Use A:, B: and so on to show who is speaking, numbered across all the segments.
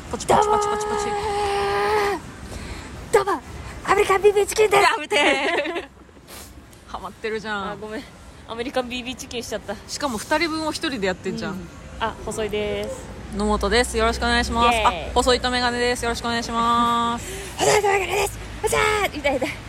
A: ポチポチポチポチポチ。
B: どうもアメリカン BB チキンです。
A: やめてハマってるじゃん。
B: あ、ごめん、アメリカン BB チキンしちゃった。
A: しかも2人分を1人でやってんじゃん、
B: あ、細いです。
A: 野本です。よろしくお願いします。
B: イエーイ。
A: あ、細いとメガネです。よろしくお願いします
B: 細いとメガネです。あちゃー、痛い痛い。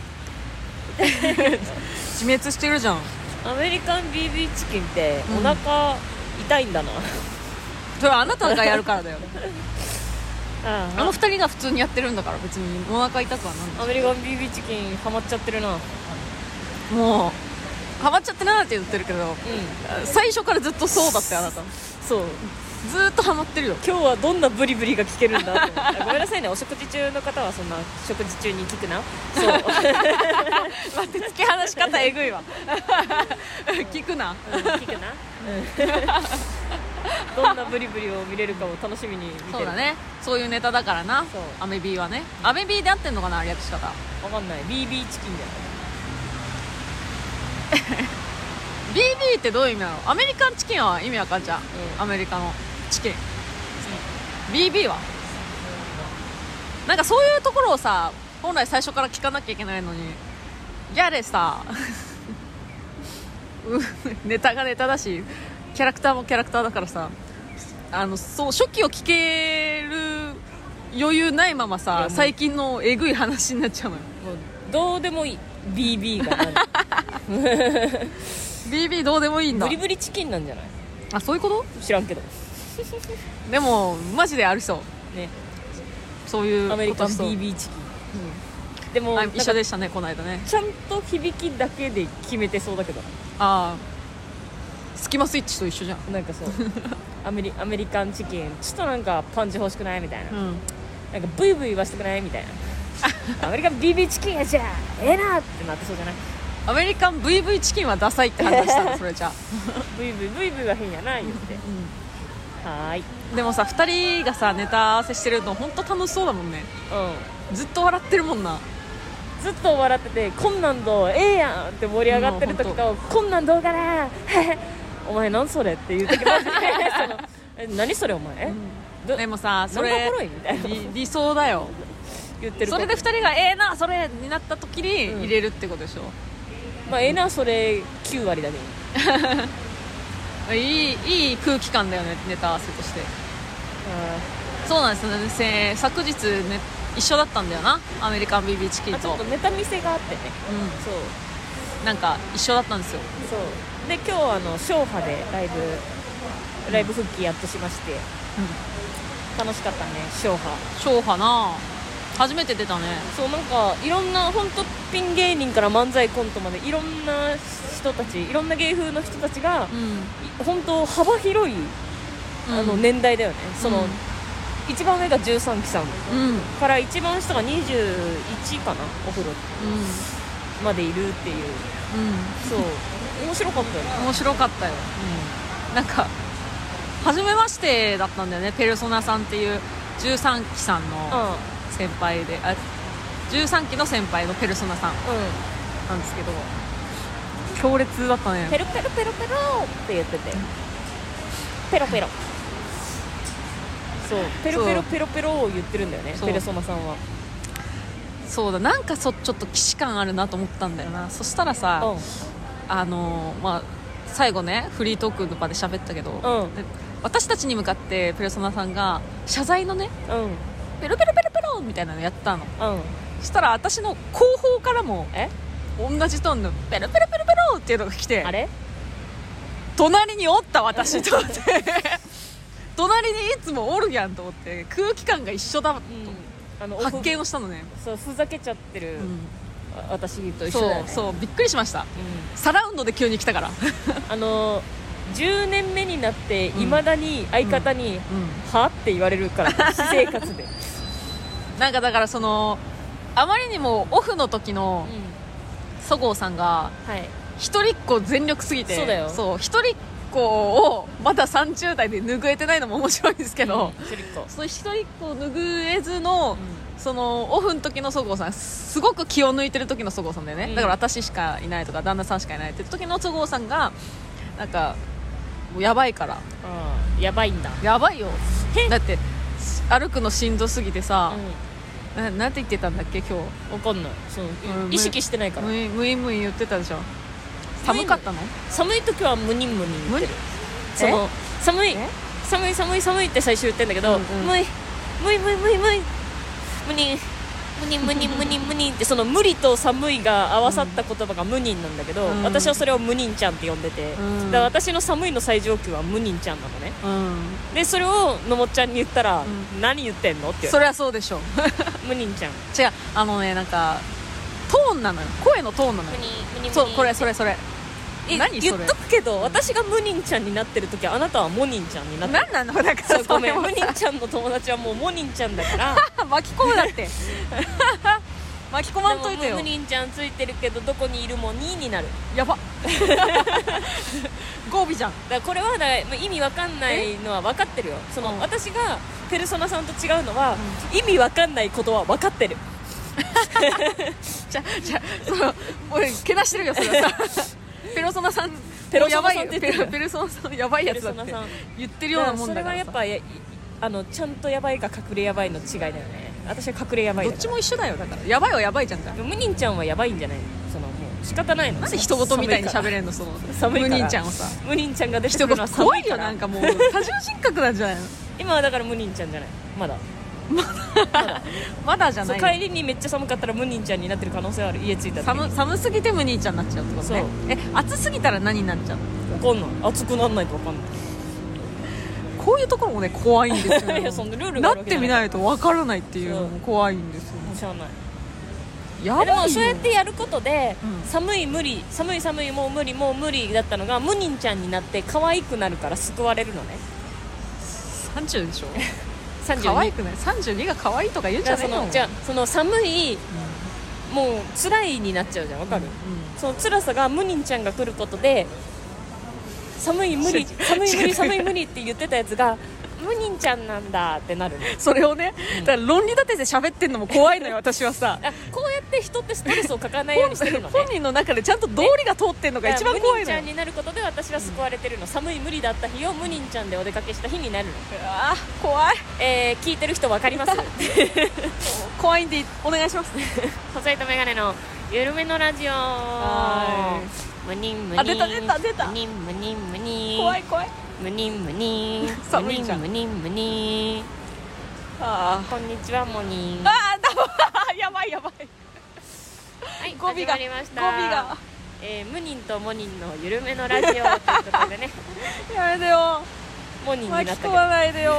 A: 自滅してるじゃん。
B: アメリカン BB チキンってお腹痛いんだな、
A: それはあなたがやるからだよ
B: あ
A: あの2人が普通にやってるんだから別にお腹痛くはなん
B: アメリカン BB チキンハマっちゃってるな。
A: もうハマっちゃってなって言ってるけど、最初からずっとそうだったよあなた。
B: そう、
A: ずっとハマってるよ。
B: 今日はどんなブリブリが聞けるんだって思ってごめんなさいね、お食事中の方はそんな食事中に聞くな。そう
A: 待って突き放し方えぐいわ聞くな、
B: 聞くな、どんなブリブリを見れるかを楽しみに見てる。
A: そうだね、そういうネタだからな。
B: そう
A: アメビーはね、アメビーで合ってんのかな、略し方。
B: わかんない。 BB チキンだよ。
A: BB ってどういう意味なの？アメリカンチキンは意味わかんじゃん、アメリカのチキン、BB はなんかそういうところをさ、本来最初から聞かなきゃいけないのに、ギャレさネタがネタだし、キャラクターもキャラクターだからさ、そう初期を聞ける余裕ないままさ、最近のえぐい話になっちゃうのよ。
B: もうどうでもいい BB が
A: BB どうでもいいんだ。
B: ブリブリチキンなんじゃない？
A: あ、そういうこと？
B: 知らんけど
A: でもマジでありそう
B: ね、
A: そういうこと。
B: アメリカン
A: そう
B: BB チキン、でも
A: あ、一緒でしたねこの間ね。
B: ちゃんと響きだけで決めてそうだけど、
A: ああ、スキマスイッチと一緒じゃん。
B: なんかそうアメリカンチキンちょっとなんかパンチ欲しくないみたいな、なんかブイブイ言わしてくないみたいなアメリカン BB チキンやじゃええなってなってそうじゃない？
A: アメリカン VV チキンはダサいって判断したのそれじゃあ
B: ブイブイブイブイは変やな言って、はーい。
A: でもさ、2人がさネタ合わせしてるの本当楽しそうだもんね。ずっと笑ってるもんな。
B: ずっと笑ってて、こんなんどうええやんって盛り上がってる時と、こんなんどうかなお前なんそれっていう時マジで何それお前、
A: でもさ、それ
B: なんだこれみたいな
A: 理想だよ
B: 言ってる。
A: それで2人がええなそれになった時に入れるってことでしょ。
B: まあええなそれ9割だけど
A: いい空気感だよね、ネタ合わせとして。そうなんですね、昨日、ね、一緒だったんだよな、アメリカン BB チキンと。
B: ちょっとネタ見せがあってね、そう
A: なんか一緒だったんですよ。
B: そうで、今日ショーハでライブ復帰やっとしまして、楽しかったね。ショーハ
A: な初めて出たね。
B: そう、なんかいろんな本当ピン芸人から漫才コントまでいろんな人たち、いろんな芸風の人たちが、本当幅広い年代だよね。その、一番上が13期さん、から一番下が21かな、お風呂、までいるっていう、そう面白かったよね。
A: 面白かったよ、なんか初めましてだったんだよね、ペルソナさんっていう13期さんの先輩で、13期の先輩のペルソナさんなんですけど、強烈だったね。
B: ペロペロペロペロって言ってて、ペロペロ、そうペロペロペロペロを言ってるんだよね、ペルソナさんは。
A: そうだ、なんかちょっと既視感あるなと思ったんだよな。そしたらさ、まあ最後ね、フリートークの場で喋ったけど、で私たちに向かってペルソナさんが謝罪のね、ペロペロペロペロみたいなのやったの、そしたら私の後方からも同じトーンのペロペロペロペロっていうのが来て、
B: あれ
A: 隣におった私と思って隣にいつもおるやんと思って、空気感が一緒だと、発見をしたのね。
B: そう、ふざけちゃってる、私と一緒だよね。
A: そうびっくりしました、サラウンドで急に来たから
B: 10年目になっていまだに相方に、はって言われるから私生活で
A: なんかだからあまりにもオフの時のそごうさんが一人っ子全力すぎて、
B: そうだよ、
A: そう一人っ子をまだ30代で拭えてないのも面白いんですけど、その一人っ子を拭えずの、そのオフの時のそごうさん、すごく気を抜いてる時のそごうさんだよね、だから私しかいないとか旦那さんしかいないって時のそごうさんがなんかもうやばいから、
B: やばいんだ。
A: やばいよ。だって歩くのしんどすぎてさ、なんて言ってたんだっけ今日。
B: 分かんない、意識してないから。
A: ムイムイ言ってたでしょ。寒かったの？
B: 寒い時はムニンムニン言ってる。寒いって最初言ってんだけど、ムイムニンムニンムニンムニンムニンって、その無理と寒いが合わさった言葉がムニンなんだけど、私はそれをムニンちゃんって呼んでて、だから私の寒いの最上級はムニンちゃんなのね。でそれをのもっちゃんに言ったら、何言ってんのって言う。
A: それはそうでしょ。
B: ムニンちゃん。
A: 違う、なんかトーンなのよ、声のトーンなのよ。そう、これそれ何それ。
B: 言っとくけど、私がムニンちゃんになってる時はあなたはモニンちゃんになってる。
A: 何なのだから。
B: ごめん、ムニンちゃんの友達はもうモニンちゃんだから
A: 巻き込むだって巻き込まんといてよ。
B: ムニンちゃんついてるけどどこにいるも2になる。
A: やば語尾じゃん。
B: だからこれは意味わかんないのは分かってるよ。私がペルソナさんと違うのは、意味わかんないことは分かってるじゃもうけなしてるよそれはさペルソナさんやばいよ。ペルソナさんやばいやつだって言ってるようなもんだからさ。 それはやっぱちゃんとやばいか隠れやばいの違いだよね。私は隠れやばいだから。
A: どっちも一緒だよ。だからやばいはやばいじゃんか。
B: ムニンちゃんはやばいんじゃないの。もう仕方ないの。
A: なんで人事みたいに喋れんの。
B: 寒いから
A: ムニンちゃんをさ。
B: ムニンちゃんが出てくるのは
A: 寒いから。怖いよ。なんかもう多重人格なんじゃないの
B: 今はだからムニンちゃんじゃない。
A: まだじゃない。
B: 帰りにめっちゃ寒かったらムニンちゃんになってる可能性ある。家着いたら
A: 寒すぎてムニンちゃんになっちゃうってことね。暑すぎたら何になっちゃうの。
B: 分かんない。暑くなんないと分かんない。
A: こういうところもね怖いんですよ
B: いやそんなルールがあるわけじゃない。
A: なってみないと分からないっていうのも怖いんですよ。
B: しゃあない。
A: やばいよ。
B: でもそうやってやることで、寒いもう無理だったのがムニンちゃんになって可愛くなるから救われるのね。
A: 30でしょ
B: 32。
A: 可愛くない。32が可愛いとか言うんじゃないの。
B: じゃあその寒い、もう辛いになっちゃうじゃん。わかる、その辛さがムニンちゃんが来ることで、寒い無理って言ってたやつがムニンちゃんなんだってなるの。
A: それをね、だから論理立てて喋ってんのも怖いのよ私はさ
B: こうやって人ってストレスをかからないようにしてるのね
A: 本人の中でちゃんと道理が通ってんのが一番怖いのよ。
B: ムニンちゃんになることで私は救われてるの。寒い無理だった日をムニンちゃんでお出かけした日になるの。
A: 怖い。
B: 聞いてる人分かります
A: 怖いんでお願いします
B: 細いとメガネのゆるめのラジオ。ムニンムニン。
A: 出た
B: ムニンムニンムニン。
A: 怖い
B: ムニンムニン。
A: 寒いじゃん。
B: ムニンムニン。こんにちはモニン。
A: やばい。はい、語尾が
B: ムニンとモニンのゆるめのラジオということでね
A: やめてよ。
B: モニンになったけど
A: 巻き込まないでよ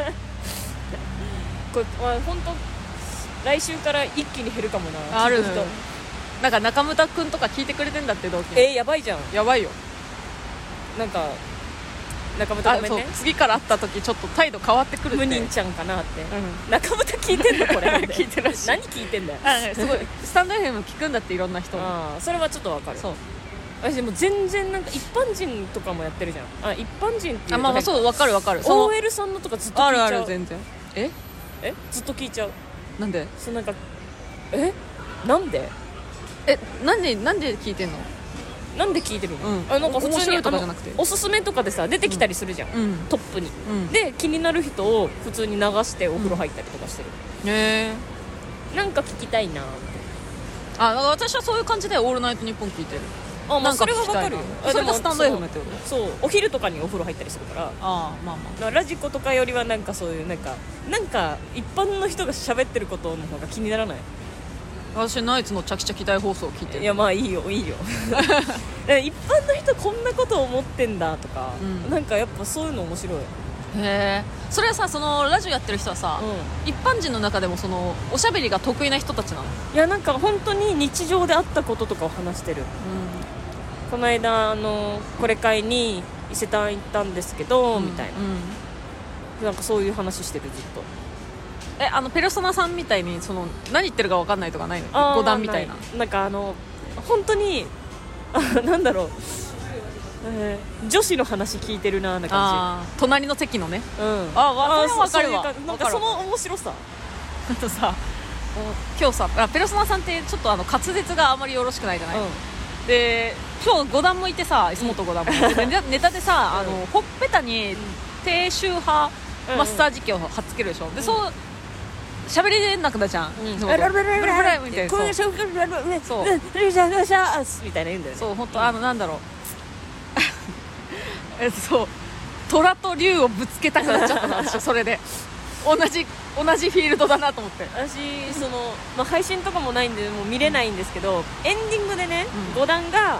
B: これ本当来週から一気に減るかもな。
A: あるのよ。なんか中村くんとか聞いてくれてんだって同期。
B: やばいじゃん。
A: やばいよ。
B: なんか中村ごめんね。
A: 次から会った時ちょっと態度変わってくるって。
B: ムニンちゃんかなって、中村聞いてんのこれ
A: 聞いてるらしい。
B: 何聞いてんだよ
A: すごいスタンド FM 聞くんだっていろんな人。
B: それはちょっとわかる。
A: そう。
B: 私でも全然なんか一般人とかもやってるじゃん。一般人っていう
A: まあそうわかる。
B: OL さんのとかずっと聞いちゃう。
A: ある全然。
B: ずっと聞いちゃう。
A: なんで？
B: なんかなんで？
A: なんで聞いてんの？
B: なんで聞いてるの？なんか普通におすすめとかでさ出てきたりするじゃん、トップに、で気になる人を普通に流してお風呂入ったりとかしてる。なんか聞きたいなって。
A: 私はそういう感じでオールナイトニッポン聞いてる。
B: それは分かるよ。
A: それがスタンド FM ってこと？
B: そうお昼とかにお風呂入ったりするから。ラジコとかよりはなんかそういうなんか一般の人が喋ってることの方が気にならない？
A: 私ナイツのチャキチャキ大放送を聞いてる。
B: いやまあいいよ一般の人こんなこと思ってんだとか、なんかやっぱそういうの面白い。それはさ、そのラジオやってる人はさ、一般人の中でもそのおしゃべりが得意な人たちなの？ いやなんか本当に日常であったこととかを話してる。この間これ買いに伊勢丹行ったんですけど、みたいな、なんかそういう話してるずっと。
A: ペルソナさんみたいに何言ってるか分かんないとかないの？5段みたいな。
B: なんか本当になんだろう、女子の話聞いてるなー感じ。
A: 隣の席のね。分かるわ。
B: なんかその面白さ。
A: あとさ、今日さペルソナさんってちょっと滑舌があまりよろしくないじゃない、で今日5段もいてさ、磯本5段もネタでさ、ほっぺたに低周波マッサージ機をはっつけるでしょ。で、そう喋れなくなっちゃう。
B: ブラブラブラブラみたいな。これそうみたいな言うんだよね。
A: そう、本当なんだろう。そう虎と竜をぶつけたくなっちゃったな私それで同じフィールドだなと思って。
B: 私配信とかもないんでもう見れないんですけど、エンディングでね、五段が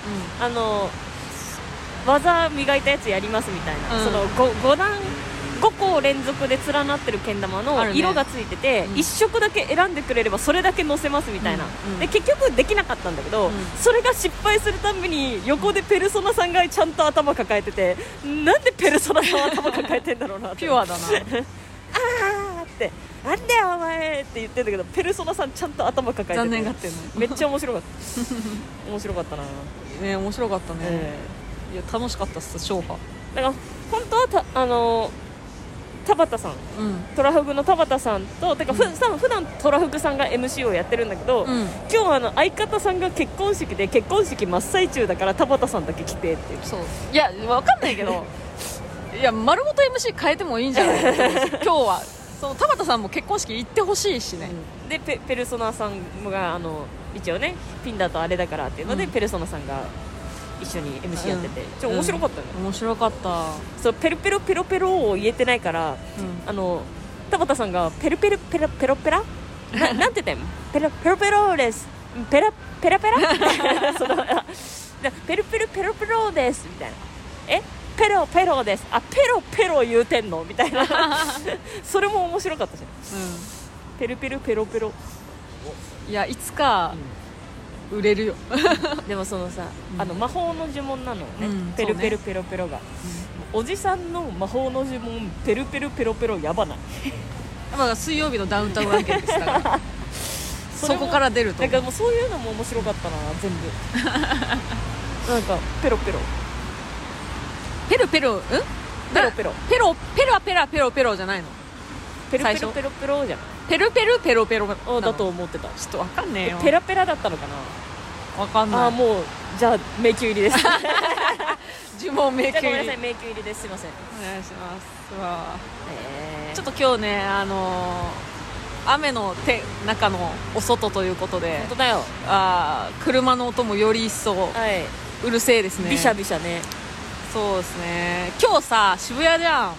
B: 技磨いたやつやりますみたいな、その5段5個連続で連なってるけん玉の色がついてて、1色だけ選んでくれればそれだけ乗せますみたいな、で結局できなかったんだけど、それが失敗するたびに横でペルソナさんがちゃんと頭抱えてて、なんでペルソナさんは頭抱えてんだろうなって
A: ピュアだな
B: あーってなんだよお前って言ってんだけど、ペルソナさんちゃんと頭抱えてて
A: 残念がってんの
B: めっちゃ面白かった面白かったな
A: ね。面白かったね、いや楽しかったっす勝破。
B: だから本当は田畑さん、トラフグの田畑さんとてか、普段トラフグさんが MC をやってるんだけど、今日相方さんが結婚式で結婚式真っ最中だから田畑さんだけ来てっていう。
A: そういや分かんないけどいや丸ごと MC 変えてもいいんじゃない今日はその田畑さんも結婚式行ってほしいしね、
B: でペルソナさんが一応ねピンだとあれだからっていうので、ペルソナさんが一緒に MC やってて、面白かったね、
A: 面白かった。
B: そうペルペロペロペロを言えてないから、田畑さんがペルペルペロペロペラなんて言ったんペロペロペロですペラペラペラペルペルペロペロですみたいな、ペロペロです、ペロペロ言うてんのみたいなそれも面白かったじゃん、ペルペルペロペロ。
A: いやいつか、売れるよ
B: でもそのさ、魔法の呪文なのね、ペルペルペロペロが、おじさんの魔法の呪文ペルペルペロペロやばない？
A: まあ水曜日のダウンタウンランキングですからそこから出ると
B: なんかもうそういうのも面白かったな全部なんかペロペロ
A: ペロペロ
B: ペロペロ
A: ペロペラペラペロペロじゃないの？
B: ペルペロペロペロじゃん。
A: ペルペルペロペロ
B: だと思ってた。
A: ちょっとわかんねえよ。
B: ペラペラだったのかな。
A: わかんない。
B: もうじゃあ迷宮入りです
A: 呪文迷宮入り。
B: じゃあごめんなさい迷宮入りです。すいません。
A: お願いしますわ。ちょっと今日ね雨の中のお外ということで、
B: 本当だよ。
A: 車の音もより一層うるせえですね。
B: ビシャビシャね。
A: そうですね。今日さ渋谷じゃん。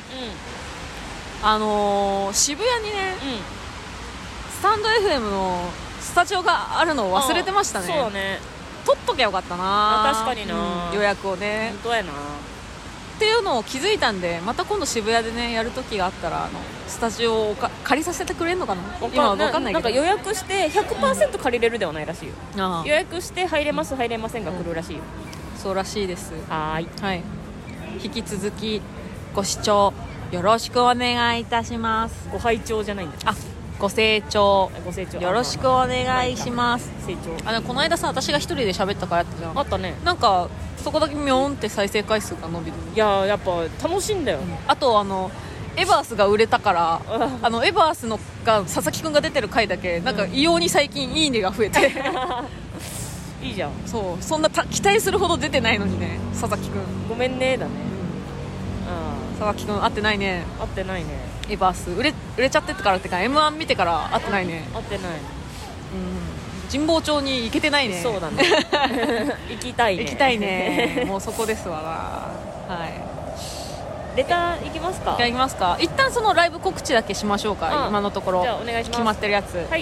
A: 渋谷にね、スタンド FM のスタジオがあるのを忘れてましたね。
B: そうだね。
A: 取っときゃよかったな。
B: 確かにな、
A: 予約をね。
B: 本当やな
A: っていうのを気づいたんで、また今度渋谷でねやる時があったらスタジオを借りさせてくれるのかな。今は分かんないけど、
B: なんか予約して 100% 借りれるではないらしいよ。予約して入れます入れませんが来るらしいよ。
A: そうらしいです。
B: はい、
A: 引き続きご視聴よろしくお願いいたします。
B: ご拝聴じゃないんです。
A: ご清聴よろしくお願いします。
B: 清聴。
A: この間さ私が一人で喋った回あったじゃん。
B: あったね。
A: なんかそこだけミョーンって再生回数が伸びる。
B: いややっぱ楽しいんだよ、
A: あとエバースが売れたからエバースのが佐々木くんが出てる回だけなんか異様に最近いいねが増えて
B: いいじゃん。
A: そうそんな期待するほど出てないのにね。佐々木くん
B: ごめんねだね。
A: 佐々木くん会ってないね。
B: 会ってないね。
A: エバース売れちゃってからってか M1 見てから会ってないね。
B: 会ってない。
A: 神保町に行けてないね。
B: そうだね行きたいね。
A: 行きたいねもうそこですわな。
B: レター行きますか。
A: 行きますか。一旦そのライブ告知だけしましょうか。今のところ
B: じゃあお願いします。
A: 決まってるやつ。
B: はい。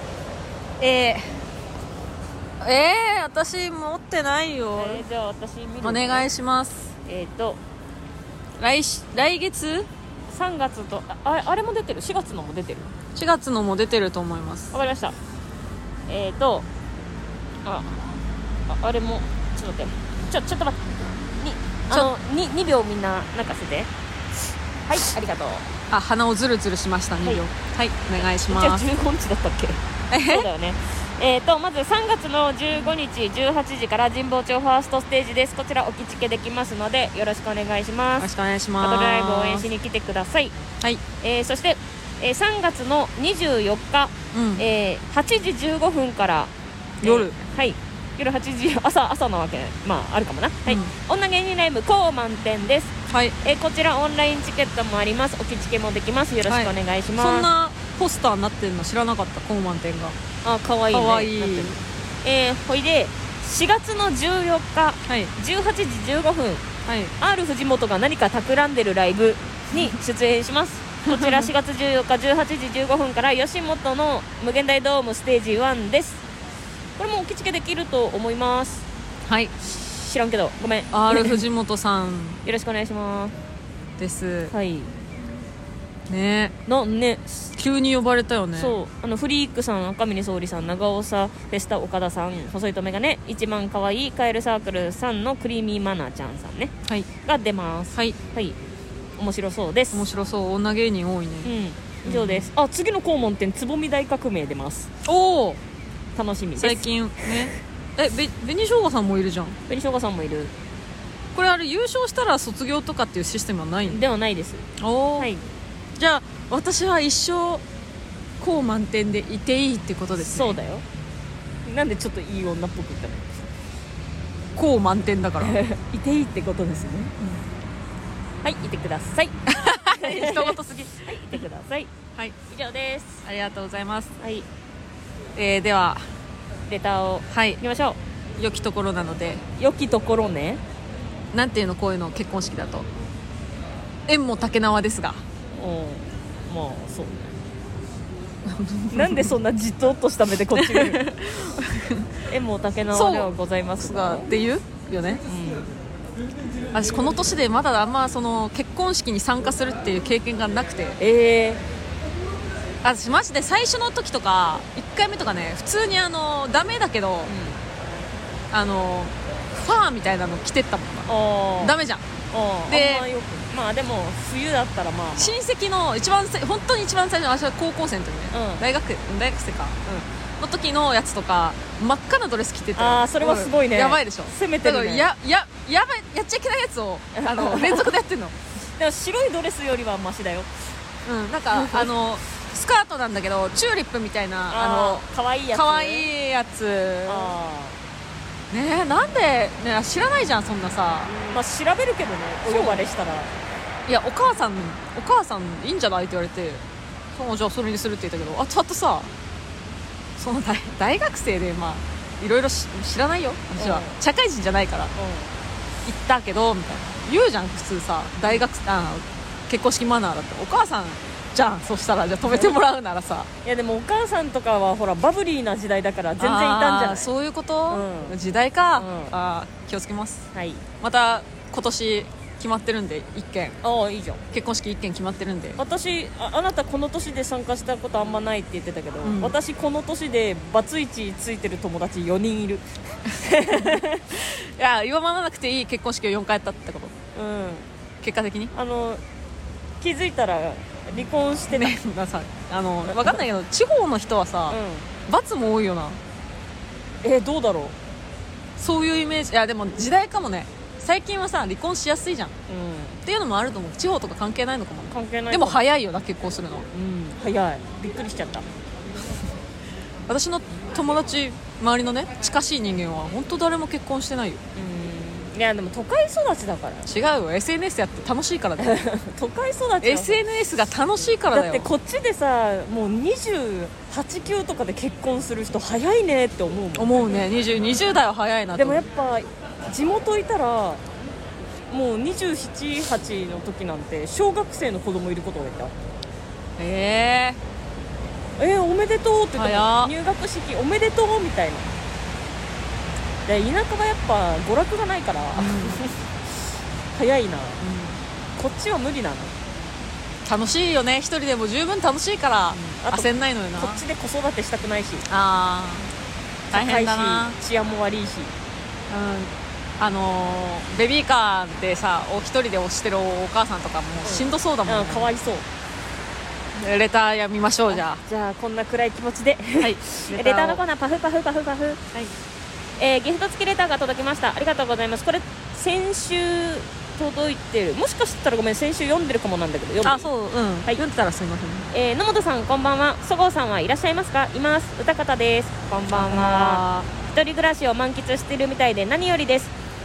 A: 私持ってないよ。
B: じゃあ私見る。
A: お願いします。来月
B: 3月とあれも出てる。4月のも出てる。
A: 4月のも出てると思います。
B: わかりました。あれもちょっと待ってちょっと待って2秒みんな泣かせて。はいありがとう。
A: 鼻をズルズルしました。2秒はい、お願いします。
B: じゃあ15日だったっけそうだよね。まず3月の15日18時から神保町ファーストステージです。こちらお気付けできますのでよろしくお願いします。
A: よろしくお願いします。
B: バトルライブ応援しに来てください。
A: はい。
B: そして、3月の24日、8時15分から
A: 夜、
B: 夜8時朝なわけあるかもな。はい、女芸人ライブ高満点です。
A: はい、
B: こちらオンラインチケットもあります。置きチケもできます。よろしくお願いします。
A: そんなポスターになってるの知らなかった。高満点が
B: かわいいね。
A: かわいい。
B: ほいで4月の14日、18時15分、R 藤本が何か企んでるライブに出演しますこちら4月14日18時15分から吉本の無限大ドームステージ1です。これもおきちけできると思います。
A: はい、
B: 知らんけどごめん。
A: R 藤本さん
B: よろしくお願いします
A: です。
B: はい
A: ね、急に呼ばれたよね。
B: そうフリークさん、赤嶺総理さん、長尾さフェスタ岡田さん、細いとメガネ、一番かわいいカエルサークルさんのクリーミーマナーちゃんさんね、が出ます。はい、面白そうです。
A: 面白そう。女芸人多いね。
B: 以上です。次の肛門店つぼみ大革命出ます。
A: おお、
B: 楽しみです。
A: 最近ね紅しょうがさんもいるじゃん。
B: 紅しょうがさんもいる。
A: これ優勝したら卒業とかっていうシステムはないん
B: ではないです。
A: じゃあ私は一生高満点でいていいってことですね。
B: そうだよ。なんでちょっといい女っぽく言ったの。
A: 高満点だから
B: いていいってことですね。はい、いてください
A: 一言すぎ。
B: はい、いてください。はい、以上です。
A: ありがとうございます。
B: はい、
A: では
B: レターをいきましょ
A: う。良きところなので。
B: 良きところね。
A: なんていうの、こういうの結婚式だと縁も竹縄ですが。
B: まあそうねなんでそんなじっとっとした目でこっち見る縁も竹縄ではございますが
A: っていうよね。私この年でまだあんまその結婚式に参加するっていう経験がなくて、私マジで最初の時とか1回目とかね、普通にダメだけど、ファーみたいなの着てったもんな。ダメじゃん。で
B: まあでも冬だったら
A: 親戚の本当に一番最初の、私は高校生の時ね、大学生か、の時のやつとか真っ赤なドレス着てた。
B: それはすごいね。
A: やばいでしょ。
B: 攻めてるね。
A: やっちゃいけないやつを連続でやってんの
B: でも白いドレスよりはマシだよ。
A: なんかスカートなんだけどチューリップみたいな
B: かわいいやつ。
A: かわいいやつね。なんで知らないじゃんそんなさ。
B: 調べるけどね、お呼ばれしたら。
A: いや、お母さんいいんじゃないって言われて、じゃあそれにするって言ったけど、あとさ、その大学生でいろいろ知らないよ私は。社会人じゃないから行ったけどみたいな言うじゃん普通さ。結婚式マナーだってお母さんじゃん。そしたらじゃあ止めてもらうならさ
B: いやでもお母さんとかはほらバブリーな時代だから全然いたんじゃない。
A: そういうこと、時代か、気をつけます。また今年決まってるんで1件。
B: いいじゃん。
A: 結婚式1件決まってるんで。
B: 私 あなたこの年で参加したことあんまないって言ってたけど、私この年でバツイチついてる友達4人いる
A: いや、言わなくていい結婚式を4回やったってこと。結果的に
B: 気づいたら離婚してた、
A: 分かんないけど地方の人はさ、罰も多いよな。
B: どうだろう。
A: そういうイメージ。いやでも時代かもね。最近はさ離婚しやすいじゃん、っていうのもあると思う。地方とか関係ないのかも。
B: 関係ない。
A: でも早いよな結婚するの。
B: 早い。びっくりしちゃった。
A: 私の友達周りのね近しい人間は本当誰も結婚してないよ。
B: いやでも都会育ちだから。
A: 違うよ、 SNS やって楽しいからだよ
B: 都会育ち
A: SNS が楽しいからだよ。
B: だってこっちでさもう28、9とかで結婚する人早いねって思うもん。
A: 思うね。20代は早いなって。
B: でもやっぱ地元いたらもう27、8の時なんて小学生の子供いることがいた。おめでとうって言って入学式おめでとうみたいな。で田舎はやっぱ娯楽がないから、早いな、こっちは無理なの。
A: 楽しいよね。一人でも十分楽しいから、焦んないのよな。
B: こっちで子育てしたくないし。
A: 大変だな。
B: 治安も悪いし。
A: ベビーカーでさ一人で押してるお母さんとかもしんどそうだもんね。
B: かわいそう。
A: レター読みましょう。じゃ
B: あこんな暗い気持ちで、レターのコーナーパフパフパフパフ。ギフト付きレターが届きました。ありがとうございます。これ先週届いてる。もしかしたらごめん、先週読んでるかもなんだけど。
A: そう、読んでたらすみません。
B: 野本さんこんばんは。そごうさんはいらっしゃいますか。います。歌方です。こんばんは。一人暮らしを満喫しているみたいで何よりです。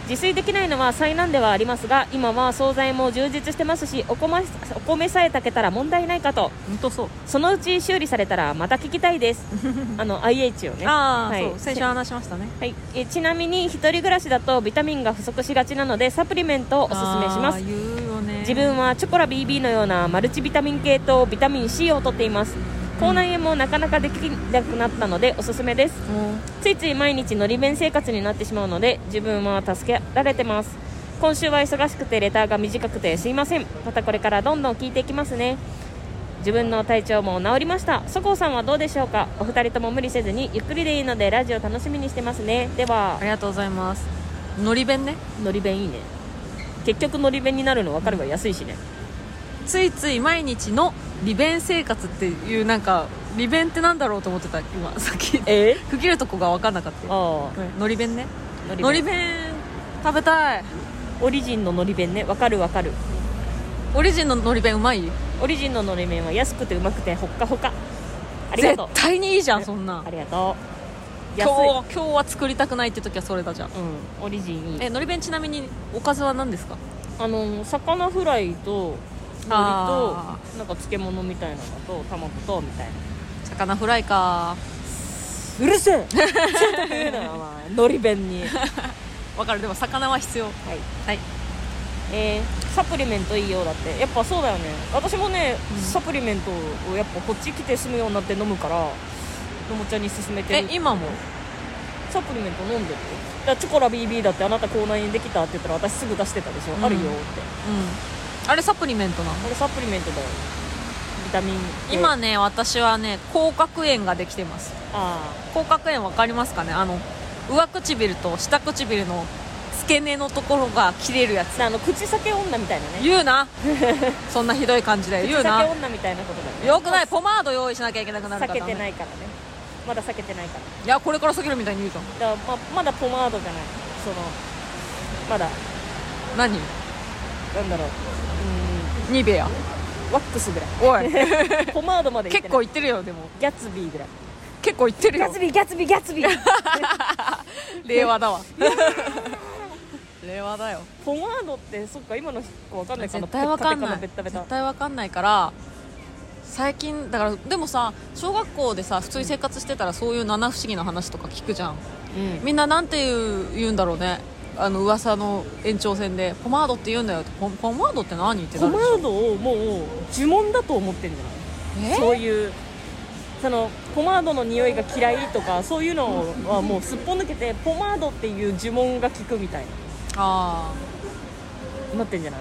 B: 自炊できないのは災難ではありますが、今は惣菜も充実してますし、お米さえ炊けたら問題ないかと。
A: 本当そう。
B: そのうち修理されたらまた聞きたいですIH をね、
A: はい、そう、先週話しましたね。
B: はい、ちなみに一人暮らしだとビタミンが不足しがちなのでサプリメントをおすすめします。
A: 言うよね。
B: 自分はチョコラ BB のようなマルチビタミン系とビタミン C を取っています。口内炎もなかなかできなくなったのでおすすめです。ついつい毎日のり弁生活になってしまうので自分は助けられてます。今週は忙しくてレターが短くてすいません。またこれからどんどん聞いていきますね。自分の体調も治りました。そこうさんはどうでしょうか。お二人とも無理せずにゆっくりでいいのでラジオ楽しみにしてますね。では。
A: ありがとうございます。のり弁ね。
B: のり弁いいね。結局のり弁になるの分かるわ、安いしね。
A: ついつい毎日の利便生活っていう、なんか利便ってなんだろうと思ってた今さっき区切るとこが分かんなかった。のり弁ね。のり弁食べたい。
B: オリジンののり弁ね。分かる分かる。
A: オリジンののり弁うまい。
B: オリジンののり弁は安くてうまくてほっかほか。ありがとう。
A: 絶対にいいじゃんそんな。
B: ありがとう。
A: 今日は作りたくないって時はそれだじゃん。
B: オリジンいい。
A: のり弁ちなみにおかずは何ですか。
B: 魚フライと海苔となんか漬物みたいなのと卵とみたいな。
A: 魚フライか。
B: うるせえちょっと言うなよお前のり弁に
A: わかる。でも魚は必要。はいはい。
B: サプリメントいいよ。だってやっぱそうだよね。私もね、サプリメントをやっぱこっち来て住むようになって飲むから、のもちゃんに勧めてる。
A: 今も
B: サプリメント飲んでる。だチョコラ BB だってあなた口内炎できたって言ったら私すぐ出してたでしょ、あるよって。
A: あれサプリメントなの。
B: あれサプリメントだよ。ビタミン。
A: 今ね私はね口角炎ができてます。口角炎わかりますかね。上唇と下唇の付け根のところが切れるやつ。
B: 口裂け女みたいなね。
A: 言うなそんなひどい感じで言うな。
B: 口裂け女みたいなことだね。
A: よくない。ポマード用意しなきゃいけなくなるから。
B: 避けてないからね。まだ避けてないから。
A: いやこれから避けるみたいに言うじゃん。
B: だから、まだポマードじゃない。まだ
A: 何
B: なんだろう。
A: ニベア
B: ワックスぐらい。おいポマードまで
A: 結構いってるよ。でも
B: ギャツビーぐらい
A: 結構いってるよ。
B: ギャツビー
A: 令和だわ令和だよ。
B: ポマードってそっか今の子わかんないかな。
A: 絶対わかんない。
B: ベタベタ
A: 絶対わかんないから最近だから。でもさ小学校でさ普通に生活してたらそういう七不思議な話とか聞くじゃん。みんななんて言うんだろうね。噂の延長線でポマードって言うんだよって。ポマードって何ってなるでしょ。
B: ポマードをもう呪文だと思ってんじゃない。そういうポマードの匂いが嫌いとかそういうのはもうすっぽ抜けてポマードっていう呪文が効くみたいななってんじゃない。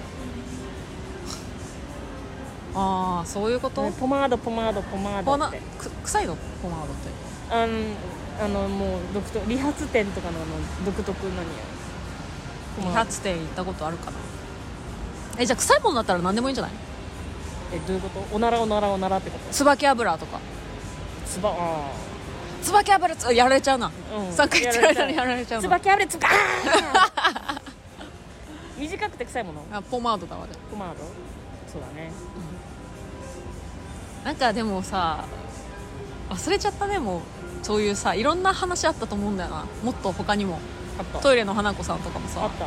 A: そういうこと。
B: ポマードって
A: 臭いのポマードって
B: もう理髪店とかの独特な匂い。
A: 理髪店行ったことあるかな。じゃあ臭いものだったら何でもいいんじゃない。
B: どういうこと。おならってこと。
A: 椿油とか。椿油やられちゃうな。3回言ってる間にやられちゃうな。
B: 椿油短くて臭いもの。
A: ポマードだわ。
B: ポマードそうだね。
A: なんかでもさ忘れちゃったね。もうそういうさいろんな話あったと思うんだよな。もっと他にも
B: あった。
A: トイレの花子さんとかもさ
B: あった。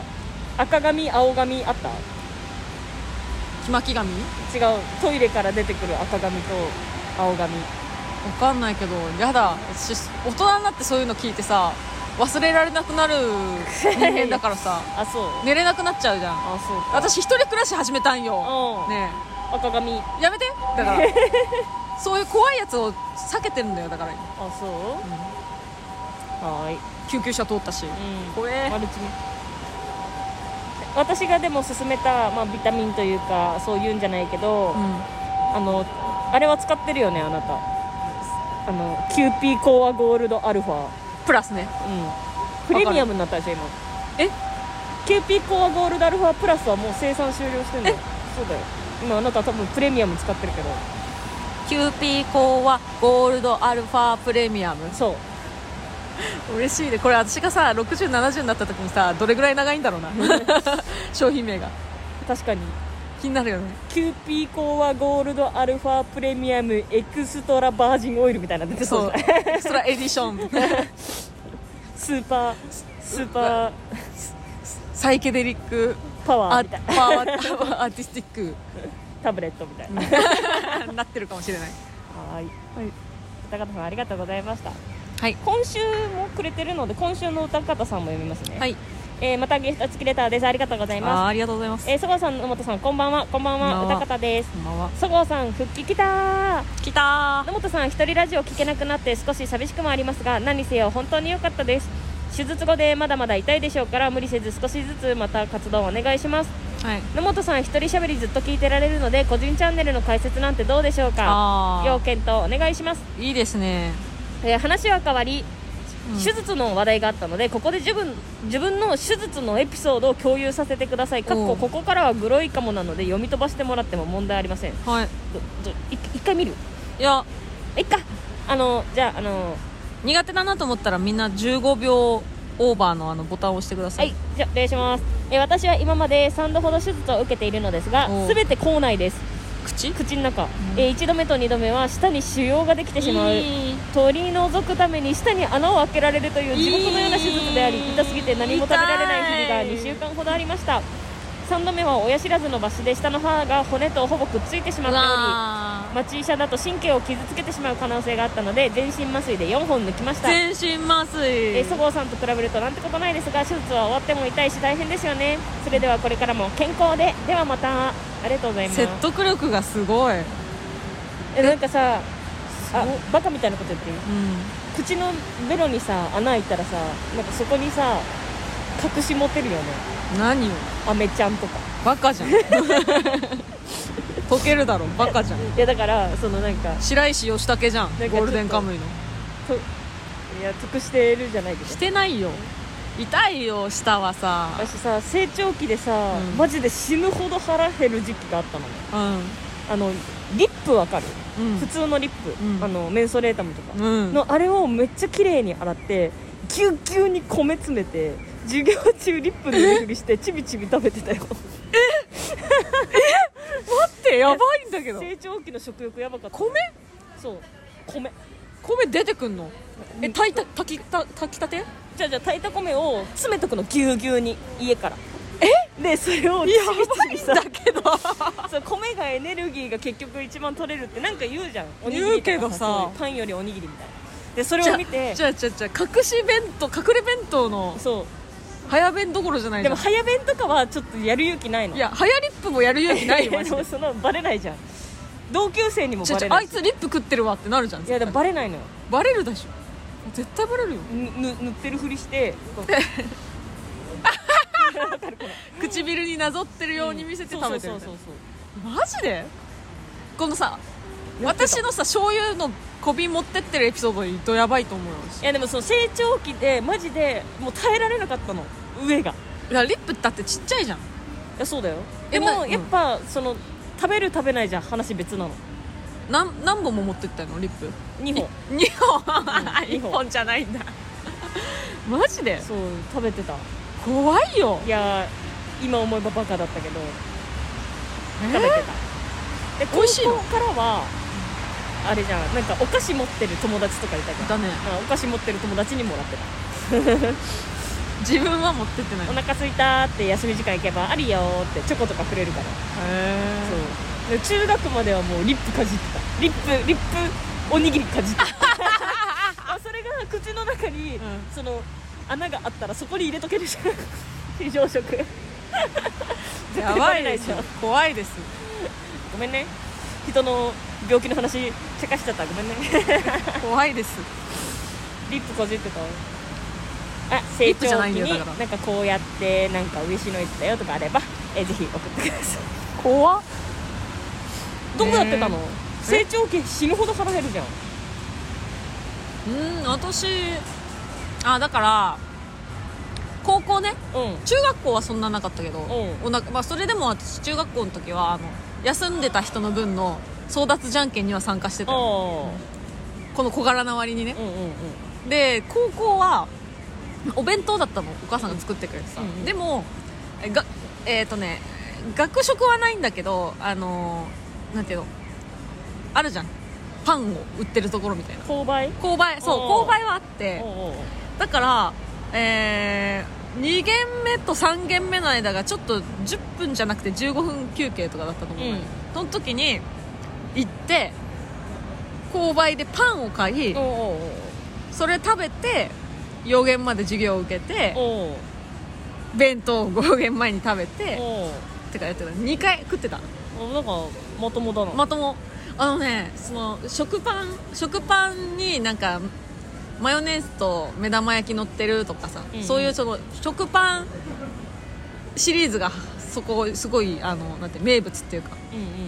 B: 赤髪青髪あった。
A: ひまき髪。違う。
B: トイレから出てくる赤髪と青髪。
A: わかんないけどやだ。大人になってそういうの聞いてさ忘れられなくなる人間だからさ
B: そう
A: 寝れなくなっちゃうじゃん。
B: そうか。
A: 私一人暮らし始めたんよ。ね
B: え赤髪
A: やめて。だからそういう怖いやつを避けてるんだよ。だから
B: そう、はい。
A: 救急車通ったし、怖え。
B: マルチね。私がでも勧めた、ビタミンというかそういうんじゃないけど、あれは使ってるよねあなた。キューピーコアゴールドアルファ
A: プラスね。
B: プレミアムになったでしょ今。キューピーコアゴールドアルファプラスはもう生産終了してんの。そうだよ。今あなた多分プレミアム使ってるけど。
A: キューピーコアゴールドアルファプレミアム。
B: そう
A: 嬉しいね。これ私がさ60、70になった時にさどれぐらい長いんだろうな商品名が。
B: 確かに
A: 気になるよね。
B: キューピーコアゴールドアルファプレミアムエクストラバージンオイルみたいなの出てそう。エ
A: クストラエディション
B: スーパー
A: サイケデリック
B: パワーみたいな
A: パワーアーティスティック
B: タブレットみたいな
A: なってるかもしれない。
B: はい、歌方さんありがとうございました。
A: はい、
B: 今週もくれてるので今週の歌方さんも読みますね。
A: はい、
B: またゲスト付きレターです。ありがとうございます。
A: ありがとうございます。
B: そごうさん、野本さん、こんばんは。こんばんは。歌方です。
A: こんばんは。
B: そごうさん、復帰来た
A: ー。
B: 野本さん、一人ラジオ聞けなくなって少し寂しくもありますが、何せよ本当に良かったです。手術後でまだまだ痛いでしょうから無理せず少しずつまた活動お願いします。はい、野本さん、一人喋りずっと聞いてられるので個人チャンネルの解説なんてどうでしょうか。要検討お願いします。
A: いいですね。
B: 話は変わり、手術の話題があったのでここで自分の手術のエピソードを共有させてください。ここからはグロいかもなので読み飛ばしてもらっても問題ありません。はい、一回見る。いやいっか。じゃあ
A: 苦手だなと思ったらみんな15秒オーバーのボタンを押してください。
B: はい、じゃあお願いします。私は今まで3度ほど手術を受けているのですが全て口内です。口の中、1度目と2度目は舌に腫瘍ができてしまう。取り除くために舌に穴を開けられるという地獄のような手術であり、痛すぎて何も食べられない日々が2週間ほどありました。3度目は親知らずの場所で下の歯が骨とほぼくっついてしまっており、町医者だと神経を傷つけてしまう可能性があったので全身麻酔で4本抜きました。
A: 全身麻酔。
B: そごうさんと比べるとなんてことないですが手術は終わっても痛いし大変ですよね。それではこれからも健康で。ではまた。ありがとうございます。
A: 説得力がすごい。
B: なんかさバカみたいなこと言っていい、口のベロにさ穴開いたらさなんかそこにさ隠し持てるよね。
A: 何を。
B: アメちゃんとか。
A: バカじゃん溶けるだろ。バカじゃん。い
B: やだからそのなんか
A: 白石義武じゃん。ゴールデンカムイの。
B: いや得してるじゃないですか。
A: してないよ。痛いよ。舌はさ
B: 私さ成長期でさ、マジで死ぬほど腹減る時期があったのね。リップわかる、普通のリップ、メンソレータムとかの、あれをめっちゃ綺麗に洗ってぎゅうぎゅうに米詰めて授業中リップの上振りしてちびちび食べてたよ。待
A: ってやばいんだけど。
B: 成長期の食欲やばかった。
A: 米。
B: そう米
A: 出てくんの。炊きたて。
B: じゃあ炊いた米を詰めとくのぎゅうぎゅうに家から。でそれを
A: やばいんだけど
B: そう米がエネルギーが結局一番取れるってなんか言うじゃん。おにぎり
A: 言うけどさ
B: パンよりおにぎりみたいな。でそれを見て
A: じゃあ隠れ弁当の
B: そう
A: 早弁どころじゃないじゃん。
B: でも早弁とかはちょっとやる勇気ないの。
A: いや早リップもやる勇気ないよマジで。
B: でもそのバレないじゃん。同級生にもバレない。
A: あいつリップ食ってるわってなるじゃん。
B: いやでもバレないのよ。
A: バレるでしょ。絶対バレるよ。
B: 塗ってるふりして
A: 唇になぞってるように見せて食べてる。マジでこのさ私のさ醤油の小瓶持ってってるエピソード言うとやばいと思うよ。
B: いやでもその成長期でマジでもう耐えられなかったの上が。
A: いやリップだってちっちゃいじゃん。い
B: やそうだよ。でもやっぱその食べる食べないじゃん話別なの。
A: 何本も持ってったのリップ。
B: 2本
A: 1本じゃないんだマジで。
B: そう食べてた。
A: 怖いよ。
B: いや今思えばバカだったけど食べてた。で高校からはあれじゃんなんかお菓子持ってる友達とかいたじゃん。
A: だね。
B: お菓子持ってる友達にもらってた
A: 自分は持ってってない。
B: お腹空いたって休み時間行けばありよってチョコとかくれるから。そうで中学まではもうリップかじってた。リップおにぎりかじってたそれが口の中に、その穴があったらそこに入れとけるじゃん非常食
A: やばいですよ。怖いです。
B: ごめんね人の病気の話ちゃかしちゃった。ごめんね
A: 怖いです。
B: リップかじってた。成長期になんかこうやってなんか嬉しいの言ってたよとかあればぜひ送ってください。
A: 怖っ。
B: どうやってたの。成長期死ぬほど腹減るじゃん。
A: 私だから高校ね、中学校はそんななかったけど、それでも私中学校の時は休んでた人の分の争奪じゃんけんには参加してたよ。この小柄な割にね、で高校はお弁当だったの。お母さんが作ってくれてさ、でも学食はないんだけどなんていうのあるじゃんパンを売ってるところみたいな。購買はあって、だから 2軒目と3軒目の間がちょっと10分じゃなくて15分休憩とかだったと思う、その時に行って購買でパンを買い、それ食べて4限まで授業を受けて、弁当を5限前に食べてってかやってた。2回食ってた。
B: なんかまともだな。
A: まとも。その食パンになんかマヨネーズと目玉焼き乗ってるとかさ、そういうその食パンシリーズがそこすごいなんて名物っていうか、